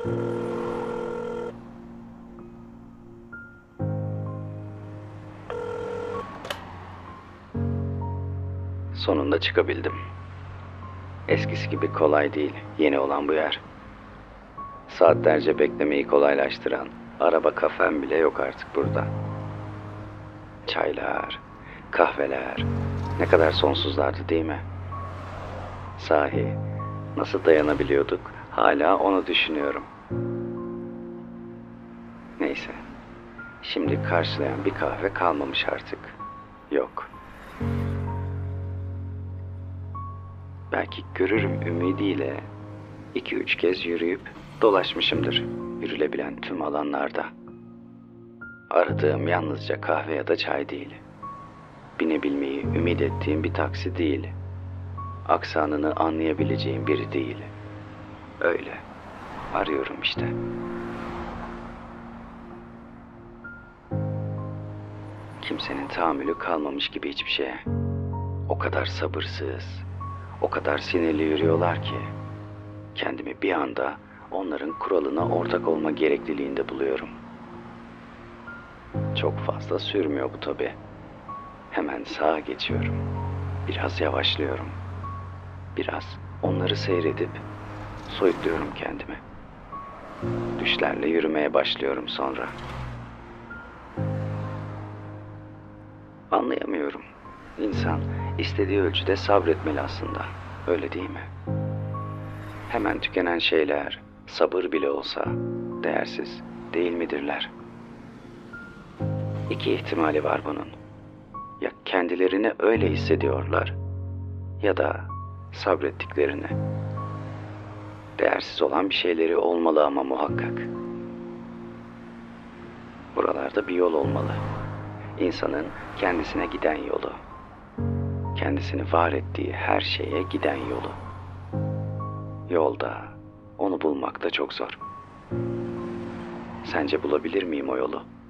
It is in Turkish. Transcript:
Sonunda çıkabildim. Eskisi gibi kolay değil yeni olan bu yer. Saatlerce beklemeyi kolaylaştıran araba kafem bile yok artık burada. Çaylar, kahveler, ne kadar sonsuzlardı değil mi? Sahi, nasıl dayanabiliyorduk? Hala onu düşünüyorum. Neyse, şimdi karşılayan bir kahve kalmamış artık. Yok. Belki görürüm ümidiyle 2-3 kez yürüyüp dolaşmışımdır yürülebilen tüm alanlarda. Aradığım yalnızca kahve ya da çay değil. Binebilmeyi ümit ettiğim bir taksi değil. Aksanını anlayabileceğim biri değil. Öyle. Arıyorum işte. Kimsenin tahammülü kalmamış gibi hiçbir şeye. O kadar sabırsız, o kadar sinirli yürüyorlar ki kendimi bir anda onların kuralına ortak olma gerekliliğinde buluyorum. Çok fazla sürmüyor bu tabii. Hemen sağa geçiyorum. Biraz yavaşlıyorum. Biraz onları seyredip soyutluyorum kendimi. Düşlerle yürümeye başlıyorum sonra. Anlayamıyorum. İnsan istediği ölçüde sabretmeli aslında. Öyle değil mi? Hemen tükenen şeyler, sabır bile olsa değersiz değil midirler? İki ihtimali var bunun. Ya kendilerini öyle hissediyorlar ya da sabrettiklerini. Değersiz olan bir şeyleri olmalı ama muhakkak. Buralarda bir yol olmalı. İnsanın kendisine giden yolu. Kendisini var ettiği her şeye giden yolu. Yolda onu bulmak da çok zor. Sence bulabilir miyim o yolu?